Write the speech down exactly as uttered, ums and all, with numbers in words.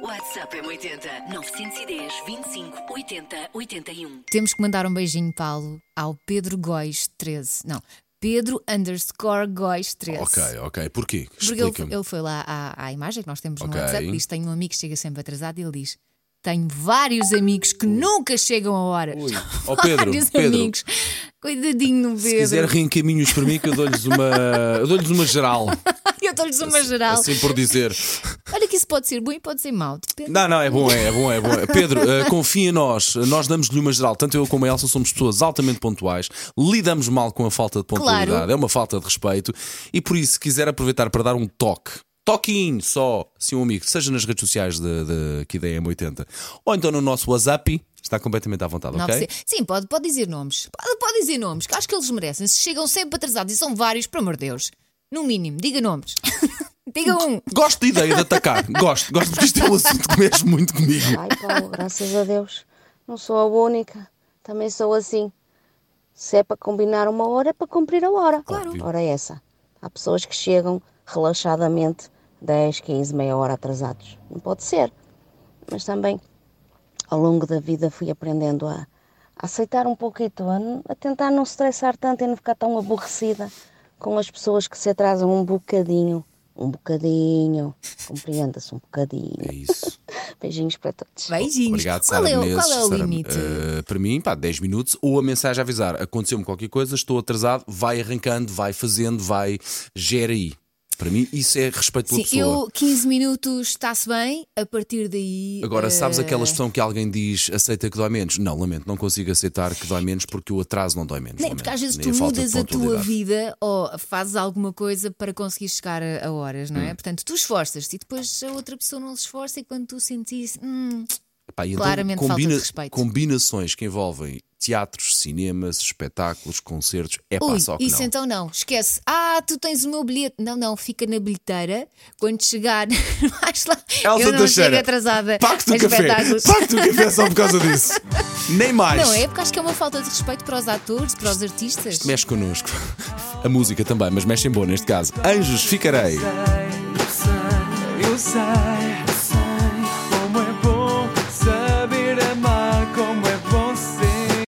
WhatsApp M oitenta, nove um zero, vinte e cinco, oitenta, oitenta e um. Temos que mandar um beijinho, Paulo, ao Pedro Góis treze. Não, Pedro underscore Góis treze. Ok, ok. Porquê? Porque ele, Explica-me. ele foi lá à, à imagem que nós temos no Ok. WhatsApp e diz: tenho um amigo que chega sempre atrasado, e ele diz: tenho vários amigos que nunca chegam a hora. Ui. Ó Pedro, vários Pedro, amigos. Coitadinho do se Pedro. quiser reencaminhos para mim que eu dou-lhes uma, eu dou-lhes uma geral. Eu dou-lhes uma geral. Assim por dizer. Olha que isso pode ser bom e pode ser mau. Depende. Não, não, é bom, é, é bom, é bom. Pedro, uh, confia em nós. Nós damos-lhe uma geral. Tanto eu como a Elsa somos pessoas altamente pontuais. Lidamos mal com a falta de pontualidade. Claro. É uma falta de respeito. E por isso, se quiser aproveitar para dar um toque, toquinho só, se um amigo, seja nas redes sociais de, de, aqui da M oitenta, ou então no nosso WhatsApp, está completamente à vontade, Não, ok? sim, pode, pode dizer nomes. Pode, pode dizer nomes, que acho que eles merecem. Se chegam sempre atrasados e são vários, por amor de Deus. No mínimo, diga nomes. Diga um. Gosto da ideia de atacar. Gosto, gosto porque isto é um assunto que mexe muito comigo. Ai, Paulo, graças a Deus, não sou a única. Também sou assim. Se é para combinar uma hora, é para cumprir a hora. Claro. Ora é essa. Há pessoas que chegam relaxadamente dez, quinze, meia hora atrasados. Não pode ser. Mas também, ao longo da vida, fui aprendendo a, a aceitar um pouquinho, a, a tentar não se estressar tanto e não ficar tão aborrecida com as pessoas que se atrasam um bocadinho. Um bocadinho. Compreenda-se um bocadinho. É isso. Beijinhos para todos. Beijinhos. Obrigado, qual, Sara é, o- Menezes. qual é o Sara, limite? eh, para mim, pá, dez minutos ou a mensagem a avisar: aconteceu-me qualquer coisa, estou atrasado, vai arrancando, vai fazendo, vai, gera aí. Para mim, isso é respeito pela Sim, pessoa. eu quinze minutos está-se bem, a partir daí. Agora, sabes eh, aquela expressão que alguém diz aceita que dói menos? Não, lamento, não consigo aceitar que dói menos porque o atraso não dói menos. Nem, lamento. porque às vezes Nem tu falta de mudas a tua pontualidade. vida ou fazes alguma coisa para conseguir chegar a, a horas, não é? Hum. Portanto, tu esforças-te e depois a outra pessoa não se esforça, e quando tu sentes isso, hum, Pá, e então claramente falta de respeito. Combinações que envolvem teatros, cinemas, espetáculos, concertos, é pá, ui, só que isso não. então não, esquece. Ah, tu tens o meu bilhete. Não, não, fica na bilheteira. Quando chegar, vais lá. Elsa Eu não Teixeira, chego atrasada Pacto a do café. espetáculos. Pacto do café só por causa disso. Nem mais. Não é? Porque acho que é uma falta de respeito para os atores, para os artistas. Mexe connosco. A música também, mas mexe em bom neste caso. Anjos, ficarei. Eu sei, eu sei.